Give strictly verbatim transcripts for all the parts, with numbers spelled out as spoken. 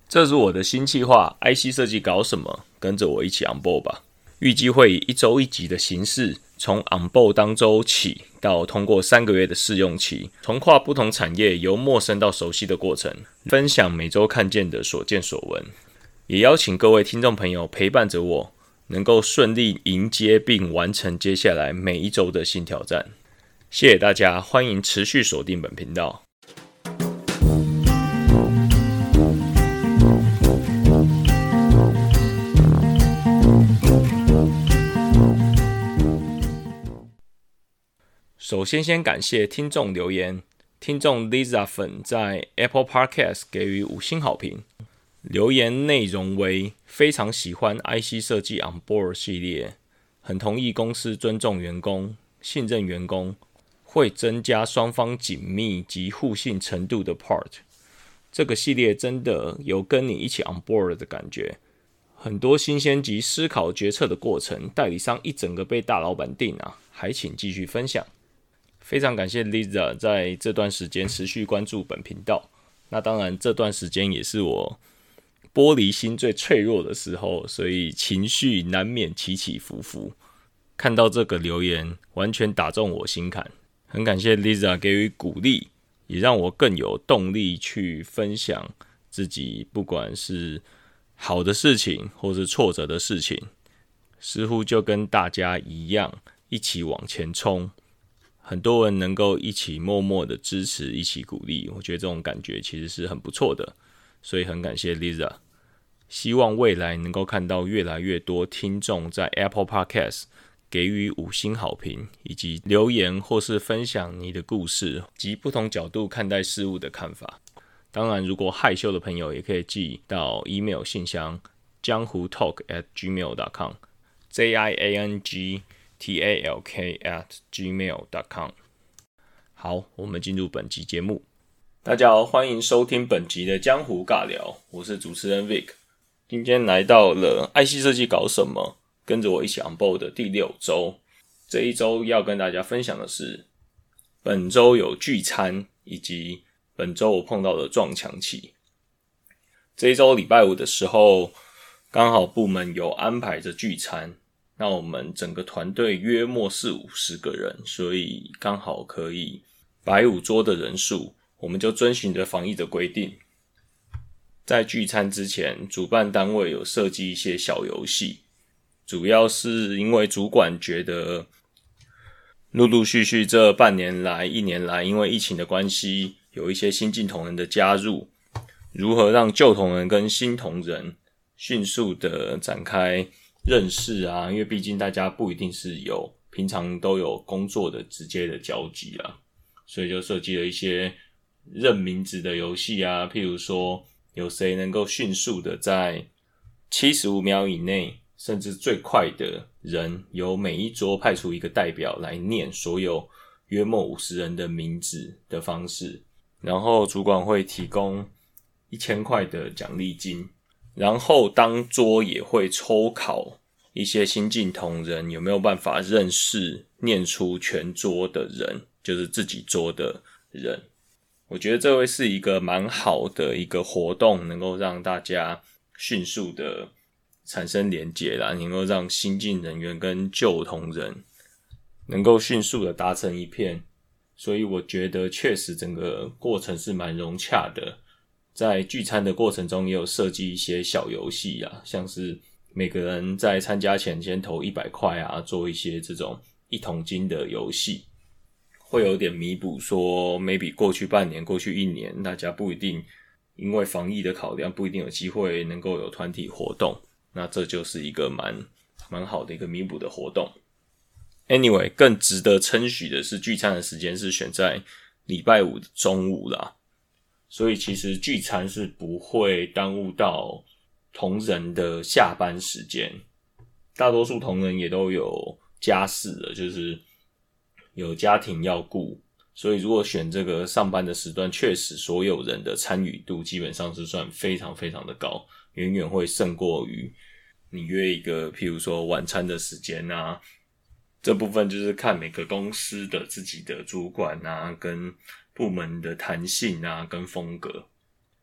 这是我的新企划 I C 设计搞什么？跟着我一起 on board 吧。预计会以一周一集的形式，从 on board 当周起到通过三个月的试用期，从跨不同产业由陌生到熟悉的过程，分享每周看见的所见所闻，也邀请各位听众朋友陪伴着我，能够顺利迎接并完成接下来每一周的新挑战。谢谢大家，欢迎持续锁定本频道。首先，先感谢听众留言。听众 Lisa 粉在 Apple Podcast 给予五星好评，留言内容为非常喜欢 I C 设计 On Board 系列，很同意公司尊重员工、信任员工，会增加双方紧密及互信程度的 part。这个系列真的有跟你一起 On Board 的感觉，很多新鲜及思考决策的过程，代理商一整个被大老板定啊，还请继续分享。非常感谢 Lisa 在这段时间持续关注本频道。那当然，这段时间也是我玻璃心最脆弱的时候，所以情绪难免起起伏伏。看到这个留言，完全打中我心坎。很感谢 Lisa 给予鼓励，也让我更有动力去分享自己不管是好的事情或是挫折的事情，似乎就跟大家一样，一起往前冲。很多人能够一起默默的支持，一起鼓励，我觉得这种感觉其实是很不错的，所以很感谢 Lisa。 希望未来能够看到越来越多听众在 Apple Podcast 给予五星好评，以及留言或是分享你的故事及不同角度看待事物的看法。当然，如果害羞的朋友也可以寄到 email 信箱江湖 talk at gmail dot com J I A N G T A L K at gmail dot com。 好，我们进入本集节目。大家好，欢迎收听本集的江湖尬聊，我是主持人 Vic。 今天来到了 I C 设计搞什么，跟着我一起 on board 的第六周。这一周要跟大家分享的是本周有聚餐，以及本周我碰到的撞墙期。这一周礼拜五的时候，刚好部门有安排着聚餐，那我们整个团队约莫四五十个人，所以刚好可以摆五桌的人数，我们就遵循着防疫的规定。在聚餐之前，主办单位有设计一些小游戏，主要是因为主管觉得陆陆续续这半年来一年来，因为疫情的关系，有一些新进同仁的加入，如何让旧同仁跟新同仁迅速的展开认识啊，因为毕竟大家不一定是有平常都有工作的直接的交集啊，所以就设计了一些认名字的游戏啊，譬如说有谁能够迅速的在七十五秒以内，甚至最快的人由每一桌派出一个代表来念所有约莫五十人的名字的方式，然后主管会提供一千块的奖励金，然后当桌也会抽考一些新进同仁有没有办法认识念出全桌的人，就是自己桌的人。我觉得这会是一个蛮好的一个活动，能够让大家迅速的产生连结啦，能够让新进人员跟旧同仁能够迅速的达成一片，所以我觉得确实整个过程是蛮融洽的。在聚餐的过程中也有设计一些小游戏啊，像是每个人在参加前先投一百块啊，做一些这种一桶金的游戏，会有点弥补说 maybe 过去半年过去一年大家不一定因为防疫的考量不一定有机会能够有团体活动，那这就是一个蛮蛮好的一个弥补的活动。 Anyway， 更值得称许的是聚餐的时间是选在礼拜五的中午啦，所以其实聚餐是不会耽误到同仁的下班时间，大多数同仁也都有家事了，就是有家庭要顾，所以如果选这个上班的时段，确实所有人的参与度基本上是算非常非常的高，远远会胜过于你约一个譬如说晚餐的时间啊，这部分就是看每个公司的自己的主管啊跟部门的弹性啊跟风格。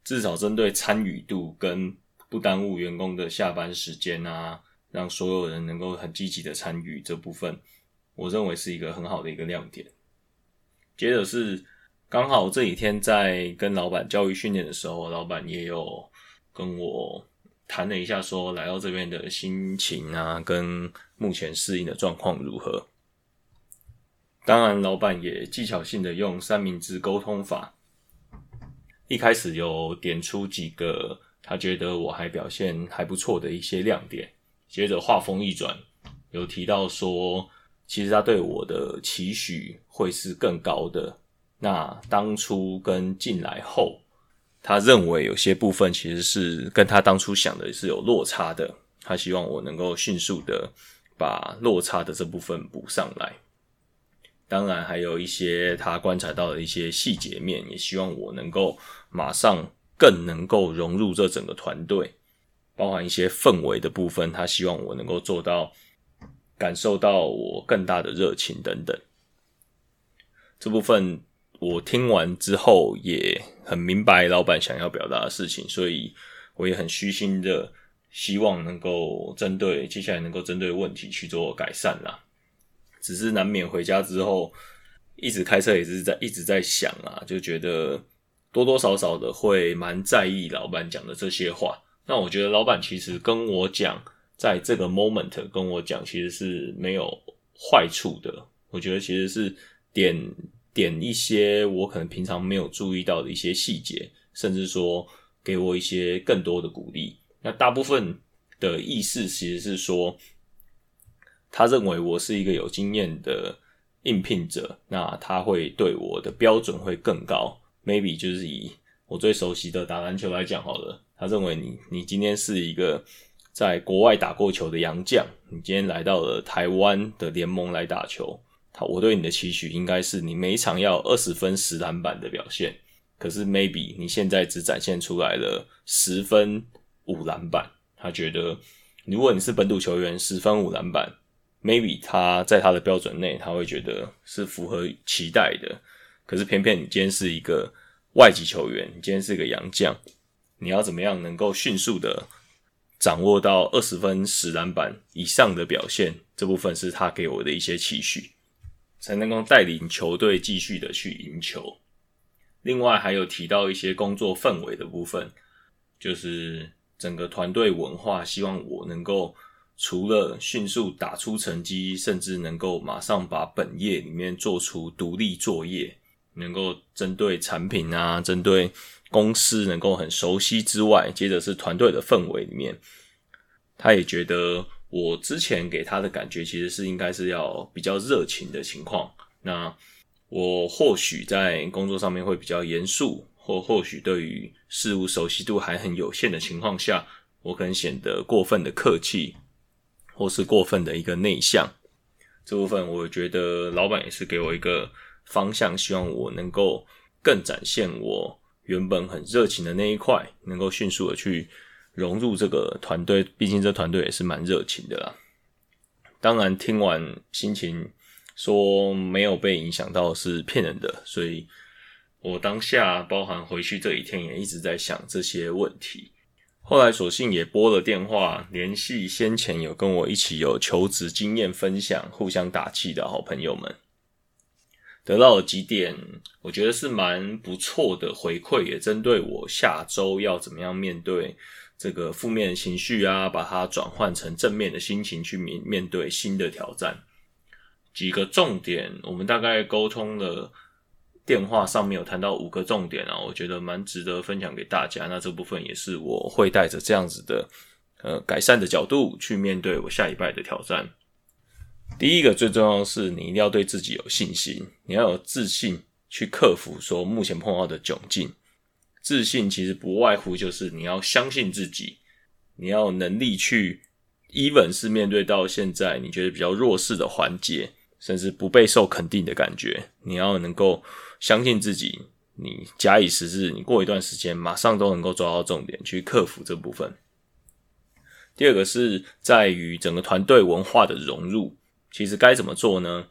至少针对参与度跟不耽误员工的下班时间啊，让所有人能够很积极的参与这部分，我认为是一个很好的一个亮点。接着是刚好这几天在跟老板教育训练的时候，老板也有跟我谈了一下说来到这边的心情啊，跟目前适应的状况如何。当然老板也技巧性的用三明治沟通法，一开始有点出几个他觉得我还表现还不错的一些亮点，接着话锋一转，有提到说其实他对我的期许会是更高的，那当初跟进来后，他认为有些部分其实是跟他当初想的是有落差的，他希望我能够迅速的把落差的这部分补上来。当然还有一些他观察到的一些细节面，也希望我能够马上更能够融入这整个团队，包含一些氛围的部分，他希望我能够做到感受到我更大的热情等等。这部分我听完之后也很明白老板想要表达的事情，所以我也很虚心的希望能够针对接下来能够针对问题去做改善啦。只是难免回家之后一直开车也是在一直在想啊，就觉得多多少少的会蛮在意老板讲的这些话。那我觉得老板其实跟我讲，在这个 moment 跟我讲其实是没有坏处的，我觉得其实是点点一些我可能平常没有注意到的一些细节，甚至说给我一些更多的鼓励。那大部分的意思其实是说他认为我是一个有经验的应聘者，那他会对我的标准会更高。 maybe 就是以我最熟悉的打篮球来讲好了，他认为你你今天是一个在国外打过球的洋将，你今天来到了台湾的联盟来打球，我对你的期许应该是你每一场要二十分十篮板的表现，可是 maybe 你现在只展现出来了十分五篮板，他觉得如果你是本土球员十分五篮板maybe 他在他的标准内他会觉得是符合期待的，可是偏偏你今天是一个外籍球员，你今天是一个洋将，你要怎么样能够迅速的掌握到二十分十篮板以上的表现，这部分是他给我的一些期许，才能够带领球队继续的去赢球。另外还有提到一些工作氛围的部分，就是整个团队文化，希望我能够除了迅速打出成绩，甚至能够马上把本业里面做出独立作业，能够针对产品啊，针对公司能够很熟悉之外，接着是团队的氛围里面，他也觉得我之前给他的感觉其实是应该是要比较热情的情况，那我或许在工作上面会比较严肃，或或许对于事物熟悉度还很有限的情况下，我可能显得过分的客气，或是过分的一个内向。这部分我觉得老板也是给我一个方向，希望我能够更展现我原本很热情的那一块，能够迅速的去融入这个团队，毕竟这团队也是蛮热情的啦。当然听完心情说没有被影响到是骗人的，所以我当下包含回去这一天也一直在想这些问题。后来索性也拨了电话联系先前有跟我一起有求职经验分享互相打气的好朋友们，得到了几点我觉得是蛮不错的回馈，也针对我下周要怎么样面对这个负面的情绪啊，把它转换成正面的心情去面面对新的挑战。几个重点我们大概沟通了，电话上面有谈到五个重点啊，我觉得蛮值得分享给大家。那这部分也是我会带着这样子的呃改善的角度去面对我下礼拜的挑战。第一个最重要的是你一定要对自己有信心，你要有自信去克服说目前碰到的窘境。自信其实不外乎就是你要相信自己，你要有能力去 even 是面对到现在你觉得比较弱势的环节，甚至不被受肯定的感觉，你要能够相信自己，你假以时日，你过一段时间马上都能够抓到重点去克服这部分。第二个是在于整个团队文化的融入，其实该怎么做呢？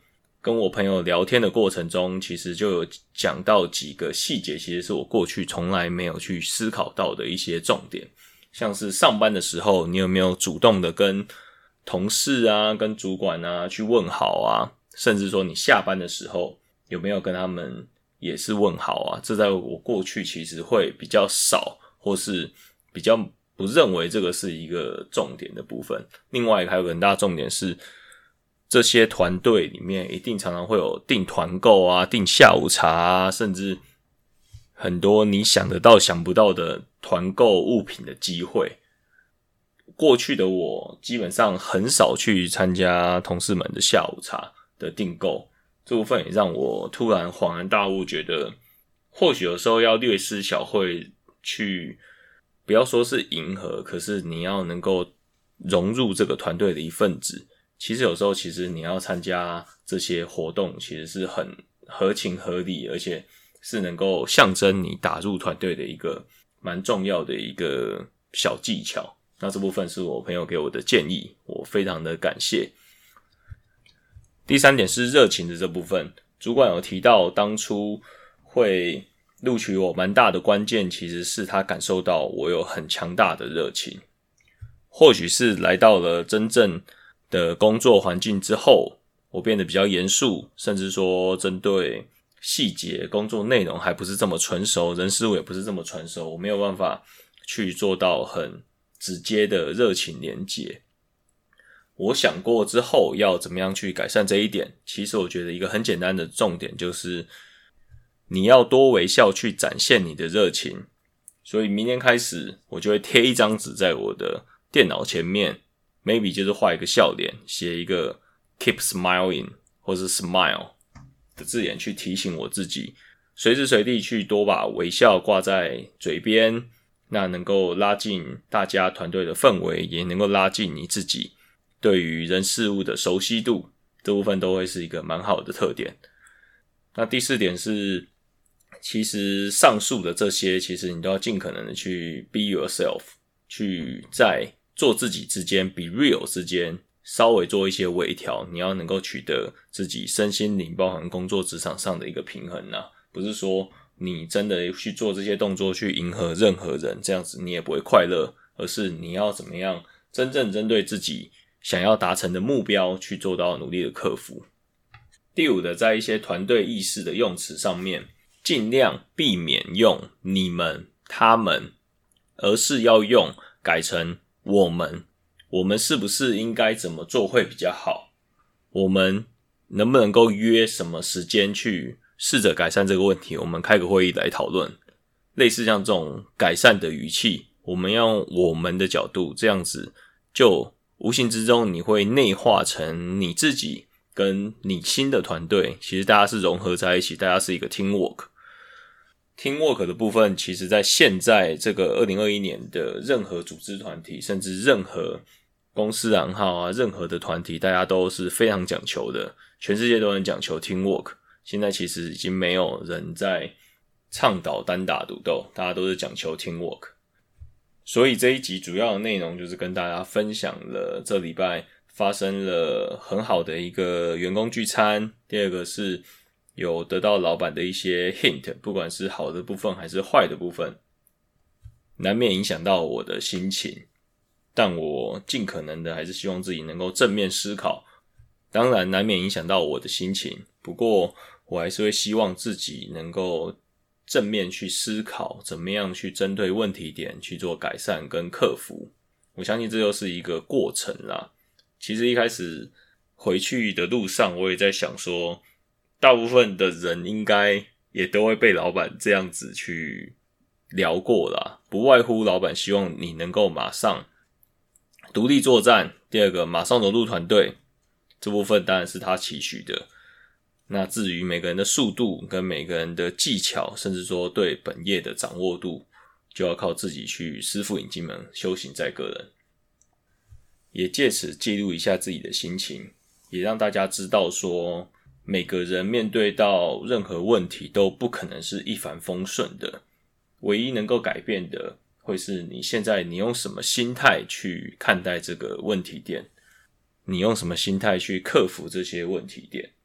跟我朋友聊天的过程中，其实就有讲到几个细节，其实是我过去从来没有去思考到的一些重点，像是上班的时候，你有没有主动的跟同事啊、跟主管啊去问好啊，甚至说你下班的时候有没有跟他们也是问好啊，这在我过去其实会比较少，或是比较不认为这个是一个重点的部分。另外还有个很大的重点是，这些团队里面一定常常会有订团购啊、订下午茶啊，甚至很多你想得到想不到的团购物品的机会。过去的我基本上很少去参加同事们的下午茶的订购，这部分也让我突然恍然大悟，觉得或许有时候要略施小惠去，不要说是迎合，可是你要能够融入这个团队的一份子。其实有时候其实你要参加这些活动其实是很合情合理，而且是能够象征你打入团队的一个蛮重要的一个小技巧。那这部分是我朋友给我的建议，我非常的感谢。第三点是热情的这部分，主管有提到当初会录取我蛮大的关键，其实是他感受到我有很强大的热情。或许是来到了真正的工作环境之后，我变得比较严肃，甚至说针对细节工作内容还不是这么纯熟，人事物也不是这么纯熟，我没有办法去做到很直接的热情连结。我想过之后要怎么样去改善这一点，其实我觉得一个很简单的重点就是你要多微笑去展现你的热情。所以明天开始我就会贴一张纸在我的电脑前面， maybe 就是画一个笑脸，写一个 keep smiling 或是 smile 的字眼去提醒我自己，随时随地去多把微笑挂在嘴边，那能够拉近大家团队的氛围，也能够拉近你自己对于人事物的熟悉度，这部分都会是一个蛮好的特点。那第四点是，其实上述的这些其实你都要尽可能的去 be yourself， 去在做自己之间 be real 之间稍微做一些微调，你要能够取得自己身心灵包含工作职场上的一个平衡啊，不是说你真的去做这些动作去迎合任何人，这样子你也不会快乐，而是你要怎么样真正针对自己想要达成的目标去做到努力的克服。第五的，在一些团队意识的用词上面，尽量避免用你们、他们，而是要用改成我们。我们是不是应该怎么做会比较好？我们能不能够约什么时间去试着改善这个问题？我们开个会议来讨论。类似像这种改善的语气，我们要用我们的角度，这样子就无形之中你会内化成你自己跟你新的团队，其实大家是融合在一起，大家是一个 teamwork。teamwork 的部分，其实在现在这个二零二一年的任何组织团体，甚至任何公司行号啊，任何的团体，大家都是非常讲求的，全世界都很讲求 teamwork。现在其实已经没有人在倡导单打独斗，大家都是讲求 teamwork。所以这一集主要的内容就是跟大家分享了这礼拜发生了很好的一个员工聚餐，第二个是有得到老板的一些 hint， 不管是好的部分还是坏的部分，难免影响到我的心情，但我尽可能的还是希望自己能够正面思考，当然难免影响到我的心情，不过我还是会希望自己能够正面去思考怎么样去针对问题点去做改善跟克服。我相信这就是一个过程啦。其实一开始回去的路上我也在想说，大部分的人应该也都会被老板这样子去聊过啦，不外乎老板希望你能够马上独立作战，第二个马上融入团队，这部分当然是他期许的。那至于每个人的速度跟每个人的技巧，甚至说对本业的掌握度，就要靠自己去师傅引进门，修行在个人。也借此记录一下自己的心情，也让大家知道说，每个人面对到任何问题都不可能是一帆风顺的，唯一能够改变的会是你现在你用什么心态去看待这个问题点，你用什么心态去克服这些问题点。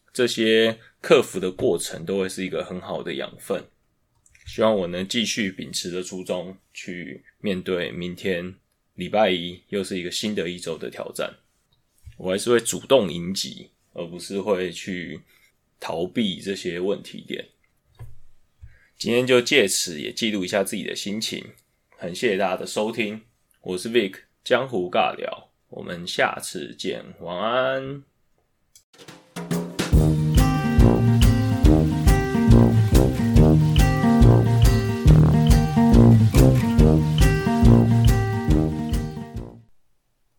这些克服的过程都会是一个很好的养分。希望我能继续秉持着初衷去面对明天礼拜一又是一个新的一周的挑战。我还是会主动迎击，而不是会去逃避这些问题点。今天就借此也记录一下自己的心情，很谢谢大家的收听，我是 Vic 江湖尬聊，我们下次见，晚安。